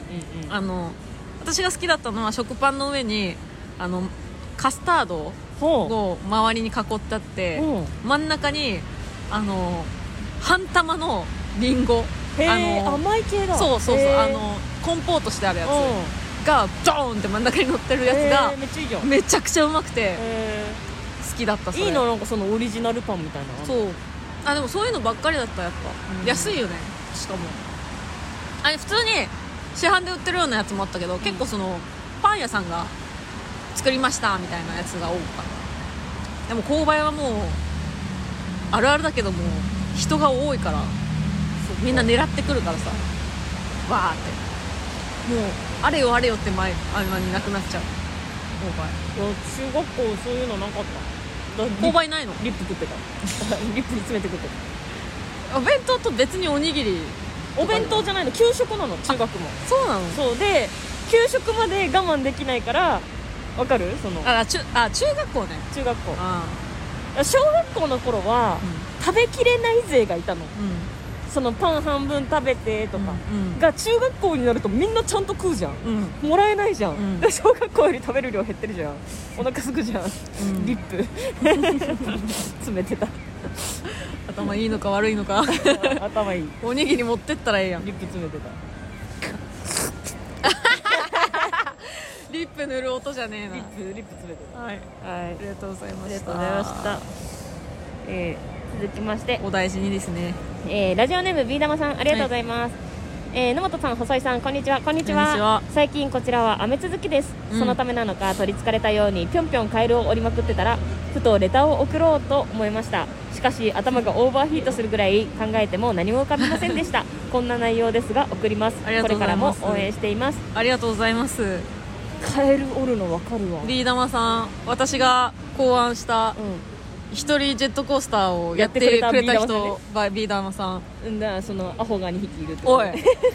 A: 私が好きだったのは食パンの上にカスタードを周りに囲ってあって、真ん中に半玉のリンゴ、
B: 甘い系だ。
A: そうコンポートしてあるやつがドーンって真ん中に乗ってるやつが
B: めっちゃいいじゃん。
A: めちゃくちゃうまくて好きだった。それ
B: いいの、なんかそのオリジナルパンみたいな。
A: そうでもそういうのばっかりだったやっぱ、安いよね。しかも普通に市販で売ってるようなやつもあったけど、結構そのパン屋さんが作りましたみたいなやつが多かった。でも購買はもうあるあるだけども人が多いから、みんな狙ってくるからさ、わーってもうあれよあれよって前あんなになくなっちゃう。購買。
B: 中学校そういうのなかった。
A: 購買ないの？
B: リップ食ってた。リップに詰めて食ってた。
A: お弁当と別におにぎり。
B: お弁当じゃないの、給食なの、中学も。
A: そうなの？
B: そうで、給食まで我慢できないから、わかる？その
A: 中学校ね。
B: 中学校。小学校の頃は、食べきれない勢がいたの、そのパン半分食べてとか、が中学校になるとみんなちゃんと食うじゃん、もらえないじゃん、小学校より食べる量減ってるじゃん、お腹すくじゃん、リップ詰めてた。
A: 頭いいのか悪いのか。
B: 頭いい。
A: おにぎり持ってったらええやん。
B: リップ詰めてた。
A: リップ塗る音じゃねえな。
B: リップ詰めてた。
A: はい、ありがとうございました。
B: ありがとうございました。続きまして
A: お大事にですね。
B: ラジオネームビー玉さん、ありがとうございます。野本さん、細井さん、こんにちは。こんにちは。最近こちらは雨続きです、そのためなのか取りつかれたようにぴょんぴょんカエルを折りまくってたら、ふとレターを送ろうと思いました。しかし頭がオーバーヒートするぐらい考えても何も浮かびませんでした。こんな内容ですが送ります。これからも応援しています。
A: ありがとうございます。
B: カエル折るの分かるわ。
A: ビー玉さん、私が考案した一人ジェットコースターをやってくれた人がビー玉さん。
B: だからそのアホが2匹いるって。
A: おい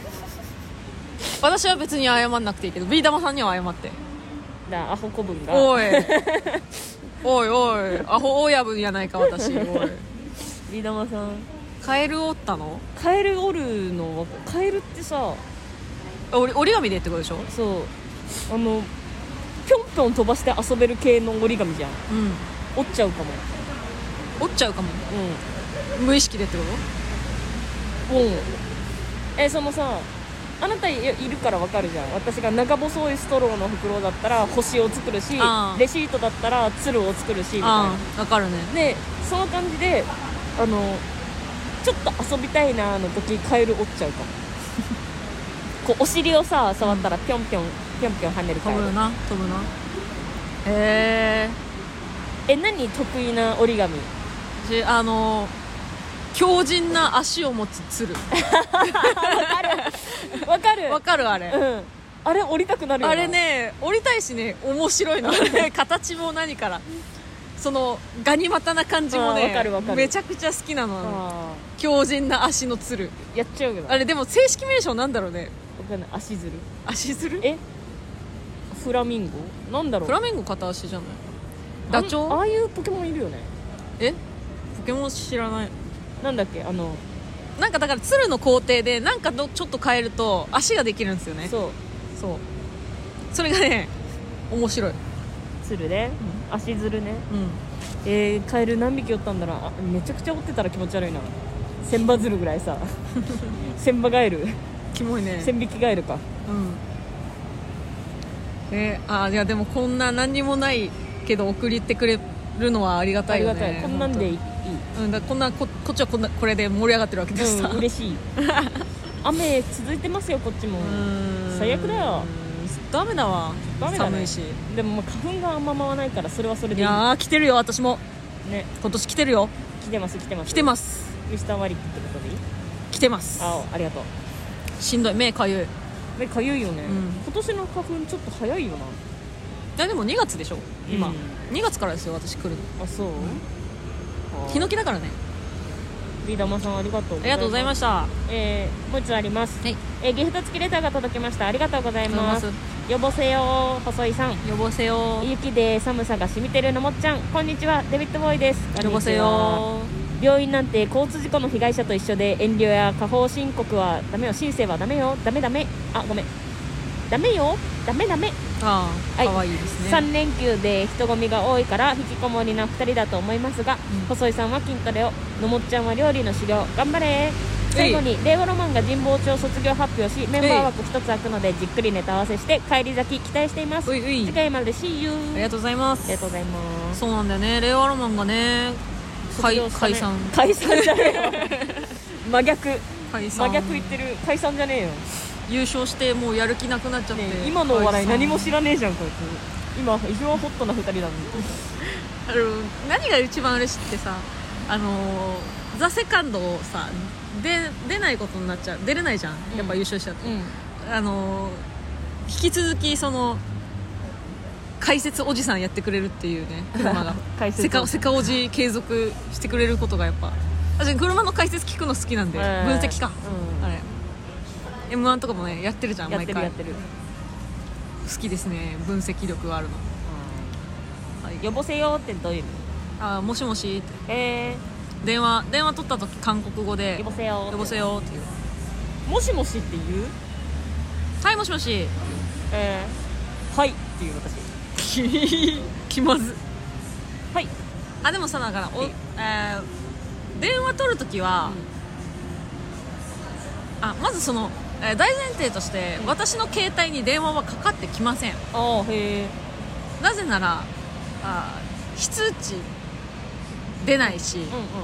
A: 私は別に謝んなくていいけど、ビー玉さんには謝って。
B: だアホ子分が
A: おいおいおい、アホ親分やないか私。おい
B: ビー玉さん、
A: カエル折ったの？
B: カエル折るの、カエルってさ、
A: 折り紙でってことでしょ？
B: そう、ぴょんぴょん飛ばして遊べる系の折り紙じゃん。折っちゃうかも。
A: 折っちゃうかも。無意識でってこ
B: と？そのさ、あなたいるから分かるじゃん。私が長細いストローの袋だったら星を作るし、レシートだったら鶴を作るしみたいな。
A: 分かるね。
B: でその感じでちょっと遊びたいなの時カエル折っちゃうかも。こうお尻をさ触ったらぴょんぴょんぴょんぴょん跳ねるカエル。飛ぶな。何得意な折り紙？
A: 強靭な足を持つ鶴。
B: わかる
A: わかる。あれ、
B: あれ折りたくなるよな。
A: あれね、折りたいしね、面白いの。形も何からそのガニ股な感じもね、めちゃくちゃ好きなの。強靭な足の鶴
B: やっちゃうけど、
A: あれでも正式名称なんだろうね。
B: わかんない。足鶴。フラミンゴなんだろう。
A: フラミンゴ片足じゃない？ダチョウ？
B: ああいうポケモンいるよね。
A: ポケモン知らない。
B: なんだっけ、
A: なんかだから鶴の工程でなんかちょっと変えると足ができるんですよね。そうそれがね面白い。
B: 鶴ね、足鶴ね。カエル何匹おったんだろう。めちゃくちゃ折ってたら気持ち悪いな。千羽鶴ぐらいさ。千羽ガエル
A: キモいね。
B: 千匹ガエルか。
A: いやでもこんな何にもないけど送ってくれるのはありがたいよね。
B: ありがたい。こんなんでいい。
A: だこっちはこれで盛り上がってるわけでさ、
B: 嬉しい。雨続いてますよこっちも。最悪だよ。
A: ダメだわ。寒いし。
B: でも花粉があんま舞わないからそれはそれでいい。
A: いや来てるよ私もね。今年来てるよ。
B: 来てます。
A: 来てます。
B: ミスターマリックってことでいい？
A: 来てます。
B: ありがとう。
A: しんどい、目かゆい。
B: 目かゆいよね、今年の花粉ちょっと早いよな。
A: いやでも2月でしょ今、2月からですよ私来るの。
B: あ、そう、
A: ヒノキだからね。
B: ビー玉さんありがとう。
A: ありがとうございました。
B: もう一つあります。
A: はい。
B: ギフト付きレターが届きました。ありがとうございます。よぼせよ細井さん。
A: よぼせよ。
B: 雪で寒さが染みてるのもっちゃん、こんにちは。デビッドボーイです。
A: よぼせよ。
B: 病院なんて交通事故の被害者と一緒で、遠慮や過方申告はダメよ、申請はダメよ、ダメダメ、あ、ごめん、ダメよ、ダメダメ。
A: ああ、かわいいですね。
B: 3連休で人混みが多いから引きこもりな2人だと思いますが、細井さんは筋トレを、のもっちゃんは料理の修行、頑張れ。最後に令和ロマンが神保町卒業発表し、メンバー枠1つ空くのでじっくりネタ合わせして帰り咲き期待しています。次回まで See you。
A: ありがとうござざいます。
B: ありがとうございます。
A: そうなんだよね、令和ロマンがね解散
B: じゃねえよ真逆言ってる。解散じゃねえよ。
A: 優勝してもうやる気なくなっちゃって、
B: 今のお笑い何も知らねえじゃんこいつ。今異常ホットな2人だもん
A: 何が一番嬉しくてさ、ザ・セカンドをさ出ないことになっちゃう。出れないじゃんやっぱ優勝しちゃって、引き続きその解説おじさんやってくれるっていうね、車がセカおじ継続してくれることがやっぱ、私車の解説聞くの好きなんで、分析か、あれ M1 とかもねやってるじゃん、毎回
B: やってる。
A: 好きですね、分析力があるの。
B: よぼせよってどういう
A: の？もしもしって、電話取った時韓国語で
B: よぼせよ
A: っていう。
B: もしもしって言う？
A: はいもしもし、
B: はいっていう私
A: 気まず。
B: はい。
A: でもさ、だから電話取るときは、まずその、大前提として、私の携帯に電話はかかってきません。なぜなら非通知出ないし、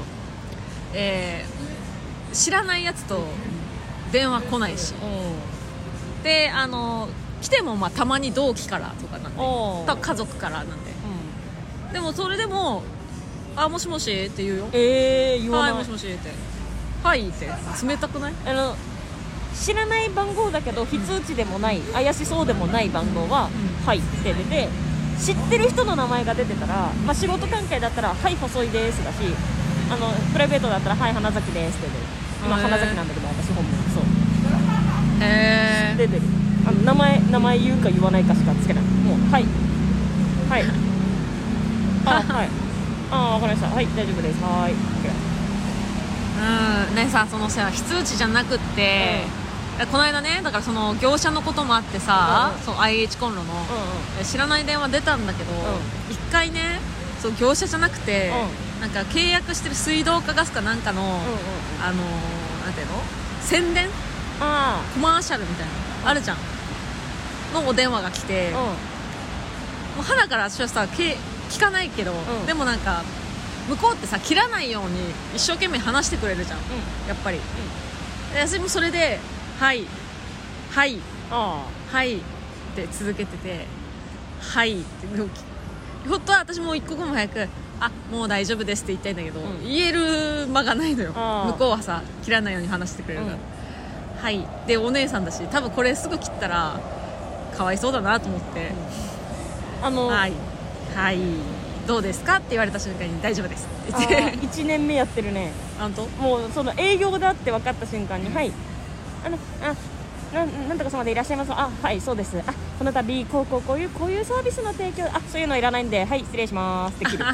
A: 知らないやつと電話来ないし、で来てもたまに同期からとかなんで、多分家族からなんで、でもそれでももしもしって言うよ。
B: 言わない。
A: はいもしもしってはいって冷たくない？
B: 知らない番号だけど非通知でもない、怪しそうでもない番号は、はいって出て、知ってる人の名前が出てたら、仕事関係だったらはい細いですだし、プライベートだったらはい花崎ですって出る。花崎なんだけど私本名そう出てる。名前言うか言わないかしかつけない。もうはいはいはいわかりました。はい大丈夫です。はい
A: ね、さそのさ非通知じゃなくって、この間ねだからその業者のこともあってさ、そう IH コンロの、知らない電話出たんだけど、一回ねそう業者じゃなくて、なんか契約してる水道かガスかなんかの、なんていうの宣伝コマーシャルみたいなあるじゃんのお電話が来て、もう鼻から私はさ聞かないけど、でもなんか向こうってさ切らないように一生懸命話してくれるじゃん、やっぱり、私もそれではいはいはいって続けてて、はいってほんとは私も一刻も早くもう大丈夫ですって言いたいんだけど、言える間がないのよ。向こうはさ切らないように話してくれるから、はいでお姉さんだし多分これすぐ切ったらかわいそうだなと思って、はいはいどうですかって言われた瞬間に大丈夫ですって言って
B: 1年目やってるね。
A: 本当？
B: もうその営業だって分かった瞬間に、はいなんとか様でいらっしゃいます。はいそうです。この度こういうサービスの提供、そういうのいらないんではい失礼しますって切る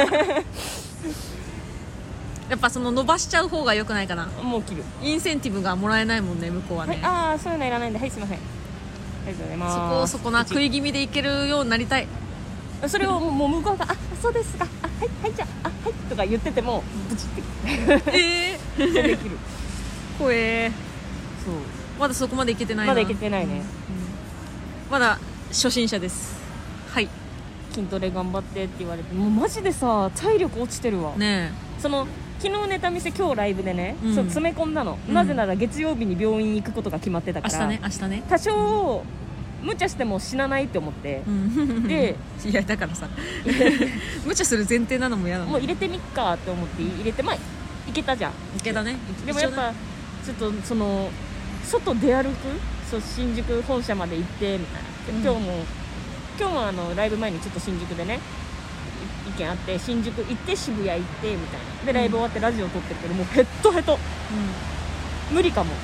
A: やっぱその伸ばしちゃう方が良くないかな。
B: もう切る。
A: インセンティブがもらえないもんね向こうはね。
B: そういうのいらないんではいすいませんありがとうございます。
A: そこな食い気味でいけるようになりたい。
B: それをもう向こうがそうですかはいじゃあはいとか言っててもブチってできる。
A: 怖え。
B: そう
A: まだそこまでいけてないな。
B: まだいけてないね、
A: まだ初心者です。はい
B: 筋トレ頑張ってって言われて、もうマジでさ体力落ちてるわ
A: ね。
B: その昨日ネタ見せ今日ライブでね、そう詰め込んだの、なぜなら月曜日に病院に行くことが決まってたから。
A: 明日ね
B: 多少無茶しても死なないって思って、で
A: いやだからさ無茶する前提なのも嫌なの。
B: もう入れてみっかって思って入れて、まあいけたじゃん。
A: いけたね。
B: でもやっぱちょっとその外出歩く、そう新宿本社まで行ってみたいな、今日もライブ前にちょっと新宿でね意見あって、新宿行って渋谷行ってみたいなでライブ終わってラジオ撮ってるけど、もうヘッドヘッド、無理かも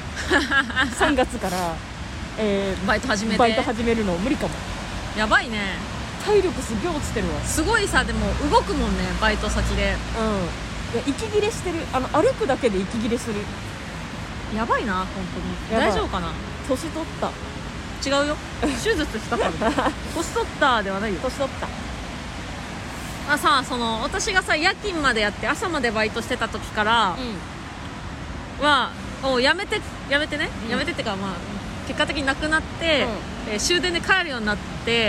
B: 3月から
A: バイト始め
B: るの無理かも。
A: やばいね。
B: 体力すげえ落ちてるわ。
A: すごいさ、でも動くもんね、バイト先で。
B: いや息切れしてる。歩くだけで息切れする。
A: やばいな本当に。大丈夫かな。
B: 年取った。
A: 違うよ手術したから年取ったではないよ。
B: 年取った。
A: さその私がさ夜勤までやって朝までバイトしてた時からは、やめてね、やめてってか、まあ結果的になくなって、終電で帰るようになって、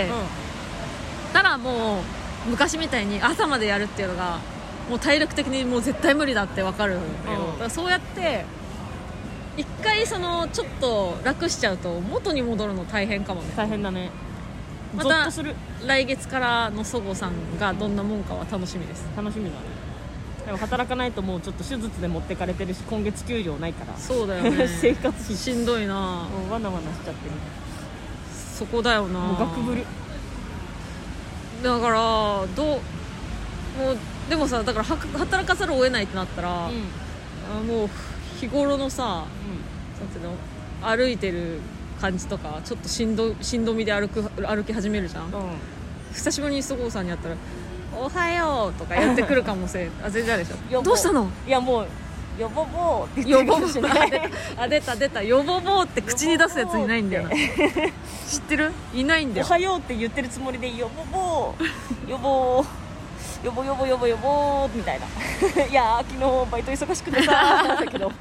A: たらもう昔みたいに朝までやるっていうのがもう体力的にもう絶対無理だって分かるんだけど、だからそうやって一回そのちょっと楽しちゃうと元に戻るの大変かもね。
B: 大変だね。
A: また来月からのそごさんがどんなもんかは楽しみです。
B: 楽しみだね。でも働かないともうちょっと手術で持ってかれてるし、今月給料ないから。
A: そうだよね
B: 生活費
A: しんどいな。も
B: うわなわなしちゃってる。
A: そこだよな。
B: もうガクブル
A: だからもうでもさ、だから働かざるを得ないってなったら、もう日頃のさ、なんていうの、歩いてる感じとかちょっとしんどみで歩き始めるじゃん、久しぶりにそごうさんに会ったらおはようとかやってくるかもしれん全然あるでしょどうしたの。
B: いやもうよぼぼーって言ってるかもしれない
A: 出たよぼぼーって口に出すやついないんだよな知ってる。いないんだよ。
B: おはようって言ってるつもりでよぼぼーよぼーよぼよぼよぼよぼーみたいないや昨日バイト忙しくてさだけど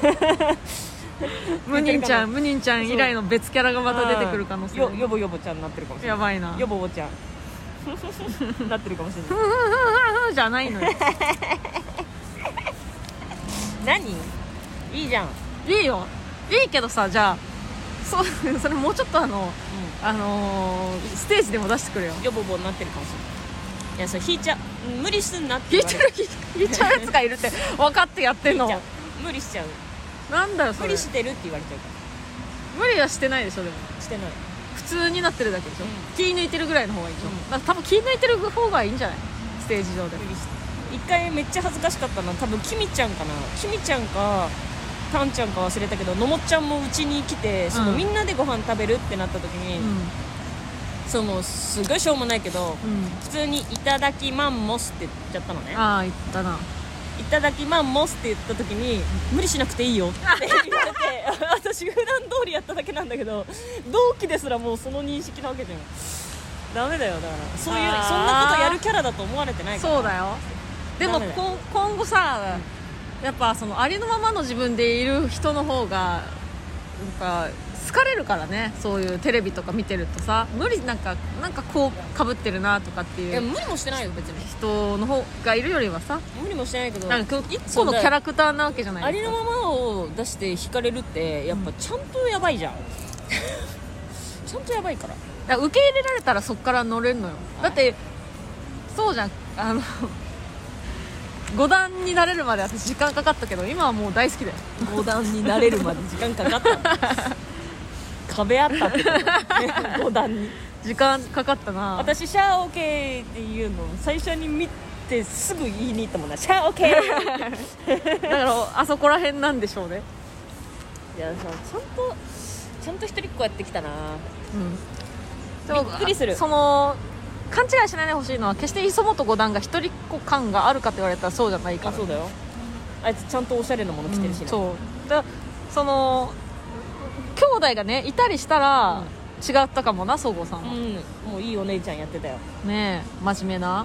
A: ムニンちゃん以来の別キャラがまた出てくる可能性。
B: よぼよぼちゃんになってるかもしれない。
A: やばいな。
B: よぼぼちゃんなってるかもしれない
A: じゃないのよ
B: 何いいじゃん。
A: いいよ、いいけどさ、じゃあそれもうちょっとステージでも出してくれよ。
B: よぼぼになってるかもしれない。いやそれ引いちゃう、無理すんなって言われる。
A: 引いちゃうやつがいるって分かってやってんの。
B: 無理しちゃう。
A: なんだよそれ。
B: 無理してるって言われちゃうから。
A: 無理はしてないでしょ。でも
B: してない。
A: 普通になってるだけでしょ、気抜いてるぐらいの方がいいでしょ、だから多分気抜いてる方がいいんじゃない、ステージ上で。
B: 一回めっちゃ恥ずかしかったのは多分キミちゃんかな、キミちゃんかタンちゃんか忘れたけど、のもっちゃんもうちに来て、そのみんなでご飯食べるってなった時に、そのすごいしょうもないけど、普通にいただきマンモスって言っちゃったのね。
A: ああ言ったな。
B: いただきマンモスって言った時に、無理しなくていいよって言われて私普段通りやっただけなんだけど、同期ですらもうその認識なわけじゃん。ダメだよ。だからそんなことやるキャラだと思われてないから。
A: そうだよ。でも今後さ、やっぱそのありのままの自分でいる人の方がなんか好かれるからね。そういうテレビとか見てるとさ、無理なんかこうかぶってるなとかっていう。
B: いや無理もしてないよ別に。
A: 人の方がいるよりはさ、
B: 無理もしてないけど、
A: なんか一個のキャラクターなわけじゃない。
B: ありのままを出して惹かれるってやっぱちゃんとやばいじゃん、ちゃんとやばいから。
A: だから受け入れられたらそっから乗れるのよ、だってそうじゃん。5段になれるまで私時間かかったけど、今はもう大好きだよ。
B: 5段になれるまで時間かかった壁あったってこと5段に
A: 時間かかったな。
B: 私シャーオーケーっていうの最初に見てすぐ言いに行ったもんな、シャーオーケー
A: だからあそこら辺なんでしょうね。
B: いやちゃんと一人っ子やってきたな。
A: び
B: っくりする。
A: その勘違いしないでほしいのは、決して磯本五段が一人っ子感があるかって言われたらそうじゃないから。
B: そうだよ。あいつちゃんとおしゃれなもの着てるしね、
A: そうだ。その兄弟がねいたりしたら違ったかもな、そごうさんは。
B: もういいお姉ちゃんやってたよ
A: ねえ、真面目な。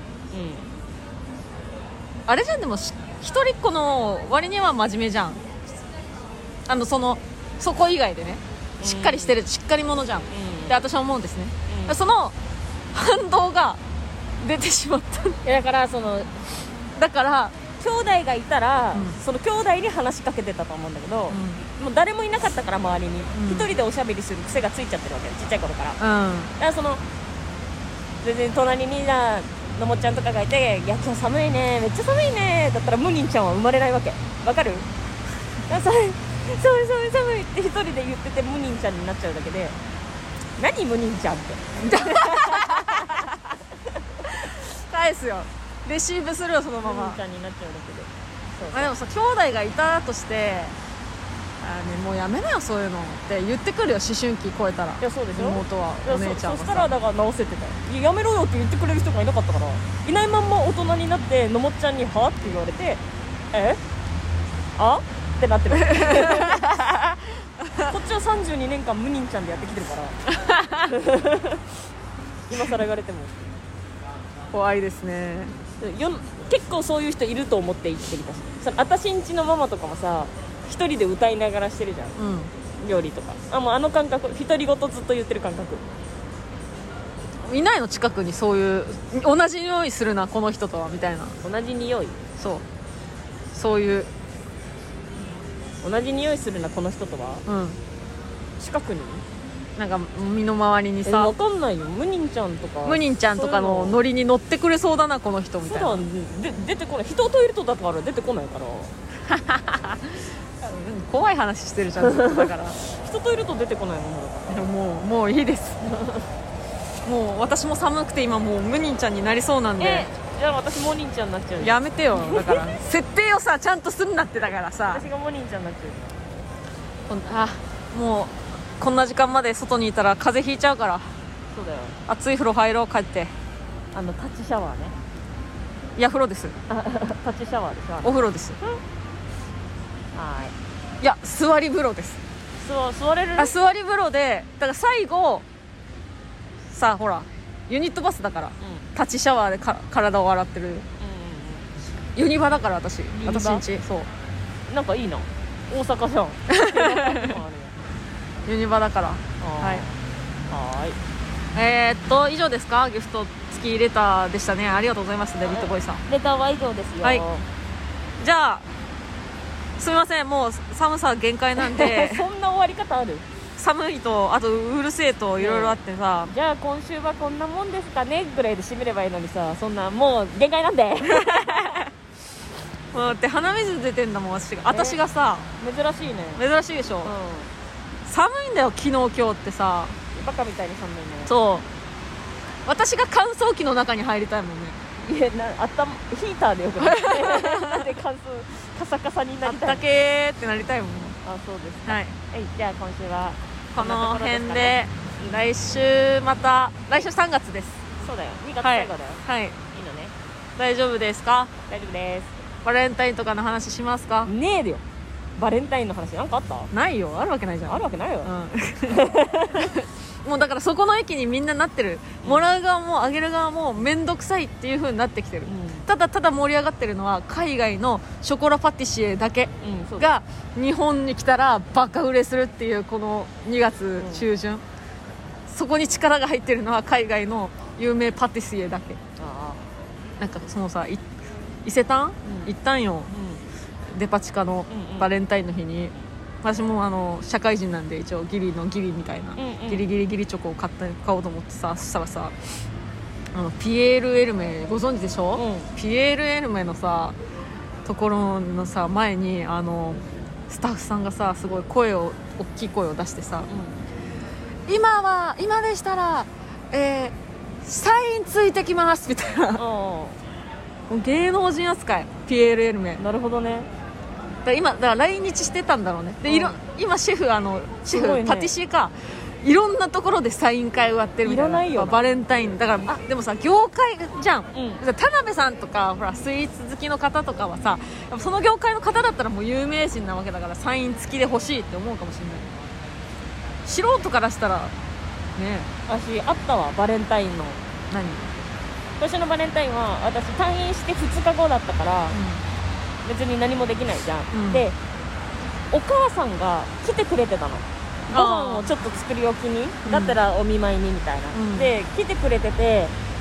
A: あれじゃん。でも一人っ子の割には真面目じゃん。そこ以外でね、しっかりしてる、しっかり者じゃん、で私は思うんですね、その反動が出てしまった。
B: いやだから兄弟がいたら、その兄弟に話しかけてたと思うんだけど、もう誰もいなかったから周りに一人でおしゃべりする癖がついちゃってるわけよ、ちっちゃい頃から。だからその全然隣にのもっちゃんとかがいて、いや今日寒いね、めっちゃ寒いねだったらムニンちゃんは生まれないわけ。わかる？寒いって一人で言っててムニンちゃんになっちゃうだけで、何ムニンちゃんって
A: 返すよ、レシーブするよそのまま。
B: ムニンちゃんになっちゃうだけで。
A: そうでもさ、兄弟がいたとしてもうやめなよそういうのって言ってくるよ、思春期超えたら。
B: いやそうでしょ、
A: 妹はお姉ちゃんはさ。
B: そしたらだから直せてたよ。いや、やめろよって言ってくれる人がいなかったから、いないまんま大人になってのもっちゃんにはって言われて、ってなってるこっちは32年間ムニンちゃんでやってきてるから今更言われても
A: 怖いですね。
B: 結構そういう人いると思って生きてきたし、私んちのママとかもさ一人で歌いながらしてるじゃん、料理とか。もうあの感覚、独り言ずっと言ってる感覚。
A: いないの近くにそういう同じ匂いするなこの人とはみたいな。
B: 同じ匂い、
A: そういう
B: 同じ匂いするなこの人とは、近くに
A: なんか身の回りにさ、
B: 分かんないよ、ムニンちゃんとか
A: のノリに乗ってくれそうだなこの人みたいな。
B: そうだ、出てこない。人といるとだから出てこないから
A: 怖い話してるじゃんだから
B: 人といると出てこないものだから。
A: もういいですもう私も寒くて今もうムニンちゃんになりそうなんで。
B: じゃあ私モニンちゃんになっちゃう。
A: やめてよ、だから設定をさちゃんとするなって。だからさ、
B: 私がモニンちゃんになっち
A: ゃう。もうこんな時間まで外にいたら風邪ひいちゃうから。
B: そうだよ、
A: 熱い風呂入ろう、帰って。
B: タッチシャワーね。
A: いや風呂です。
B: タッチシャワーでしょ。
A: お風呂です。いや座り風呂です。
B: 座れる。
A: 座り風呂で、だから最後さ、ほらユニットバスだから、立ちシャワーで体を洗ってる、ユニバだから私んち。そう
B: なんかいいな、大阪じゃん
A: ユニバだから。以上ですか。ギフト付きレターでしたね。ありがとうございます、デビッドボーイさん。
B: レターは以上ですよ。
A: じゃあすみません、もう寒さ限界なんで
B: そんな終わり方ある？
A: 寒いと、あとうるせえといろいろあってさ、
B: じゃあ今週はこんなもんですかねぐらいで締めればいいのにさ、そんなもう限界なんで
A: だって鼻水出てんだもん私がさ。
B: 珍しいね。
A: 珍しいでしょ、寒いんだよ昨日今日ってさ、
B: バカみたいに寒いね。
A: そう、私が乾燥機の中に入りたいもんね。
B: いやヒーターでよくないなんで乾燥カサカサになりたい。
A: あったけーってなりたいもん。
B: そうですか。じゃあ今週は
A: この辺で、来週3月です。
B: そうだよ、2月最後だよ。いいのね。
A: 大丈夫ですか？
B: 大丈夫です。
A: バレンタインとかの話しますか？
B: ねえだよ、バレンタインの話なんかあった？
A: ないよ、あるわけないじゃん。
B: あるわけないよ、
A: もうだからそこの域にみんななってる。もらう側もあげる側も面倒くさいっていう風になってきてる、ただ盛り上がってるのは海外のショコラパティシエだけが日本に来たらバカ売れするっていう、この2月中旬、そこに力が入ってるのは海外の有名パティシエだけ。なんかそのさ、伊勢丹、行ったんよ、デパ地下のバレンタインの日に。私も社会人なんで一応ギリのギリみたいな、ギリチョコを買おうと思ってさ、そしたらさ、ピエール・エルメご存知でしょ、ピエール・エルメのさところのさ前にスタッフさんがさすごい大きい声を出してさ、今でしたら、サインついてきますみたいな芸能人扱い、ピエール・エルメ。
B: なるほどね。
A: だから来日してたんだろうね。で、今シェフ
B: ね、
A: パティシエかいろんなところでサイン会をやってるみたいな。
B: いらないよな、
A: バレンタインだから。でもさ業界じゃん、田辺さんとかほらスイーツ好きの方とかはさ、その業界の方だったらもう有名人なわけだから、サイン付きで欲しいって思うかもしれない。素人からしたらね。
B: 私あったわ、バレンタインの。
A: 何？
B: 今年のバレンタインは私退院して2日後だったから、別に何もできないじゃん、でお母さんが来てくれてたの。ご飯をちょっと作り置きに、だったらお見舞いにみたいな、で来てくれてて、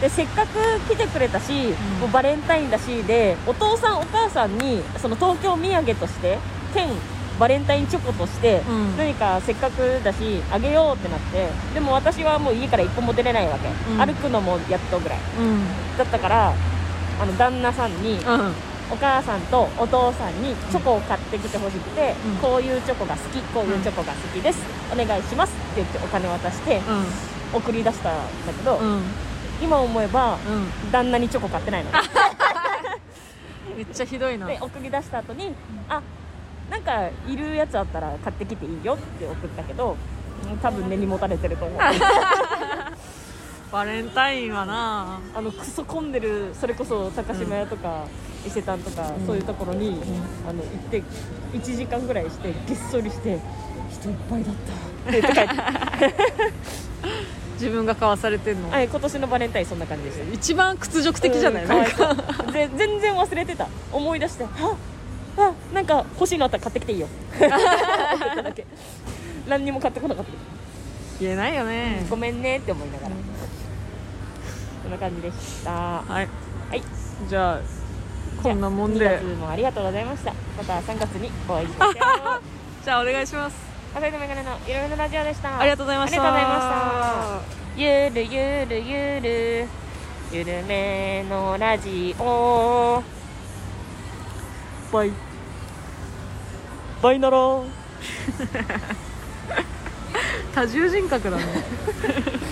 B: でせっかく来てくれたし、もうバレンタインだしで、お父さんお母さんにその東京土産として兼バレンタインチョコとして、何かせっかくだしあげようってなって、でも私はもう家から一歩も出れないわけ、歩くのもやっとぐらい、だったから旦那さんに、お母さんとお父さんにチョコを買ってきてほしくて、こういうチョコが好き、こういうチョコが好きです、お願いしますって言ってお金渡して、送り出したんだけど、今思えば、旦那にチョコ買ってないの
A: めっちゃひどいな。
B: で送り出した後に、なんかいるやつあったら買ってきていいよって送ったけど、多分根に持たれてると思う
A: バレンタインはな、
B: クソ混んでる、それこそ高島屋とか、伊勢丹とか、そういうところに、行って1時間ぐらいしてげっそりして人いっぱいだったって言って帰って
A: 自分が買わされてんの。
B: 今年のバレンタインそんな感じでした。
A: 一番屈辱的じゃない、
B: なんか全然忘れてた。思い出してなんか欲しいのあったら買ってきていいよ送っただけ。何にも買ってこなかった。
A: 言えないよね、
B: ごめんねって思いながら、そんな感じでした。
A: はい、じゃあこんなもんで
B: 2月もありがとうございました。また3月にお会いしましょう
A: じゃあお願いします。
B: 朝日のメガネのいろいろなラジオでした。
A: ありがとうございました。
B: ありがとうございました。ゆるゆるゆるゆるめのラジオ、バイなら
A: 多重人格だね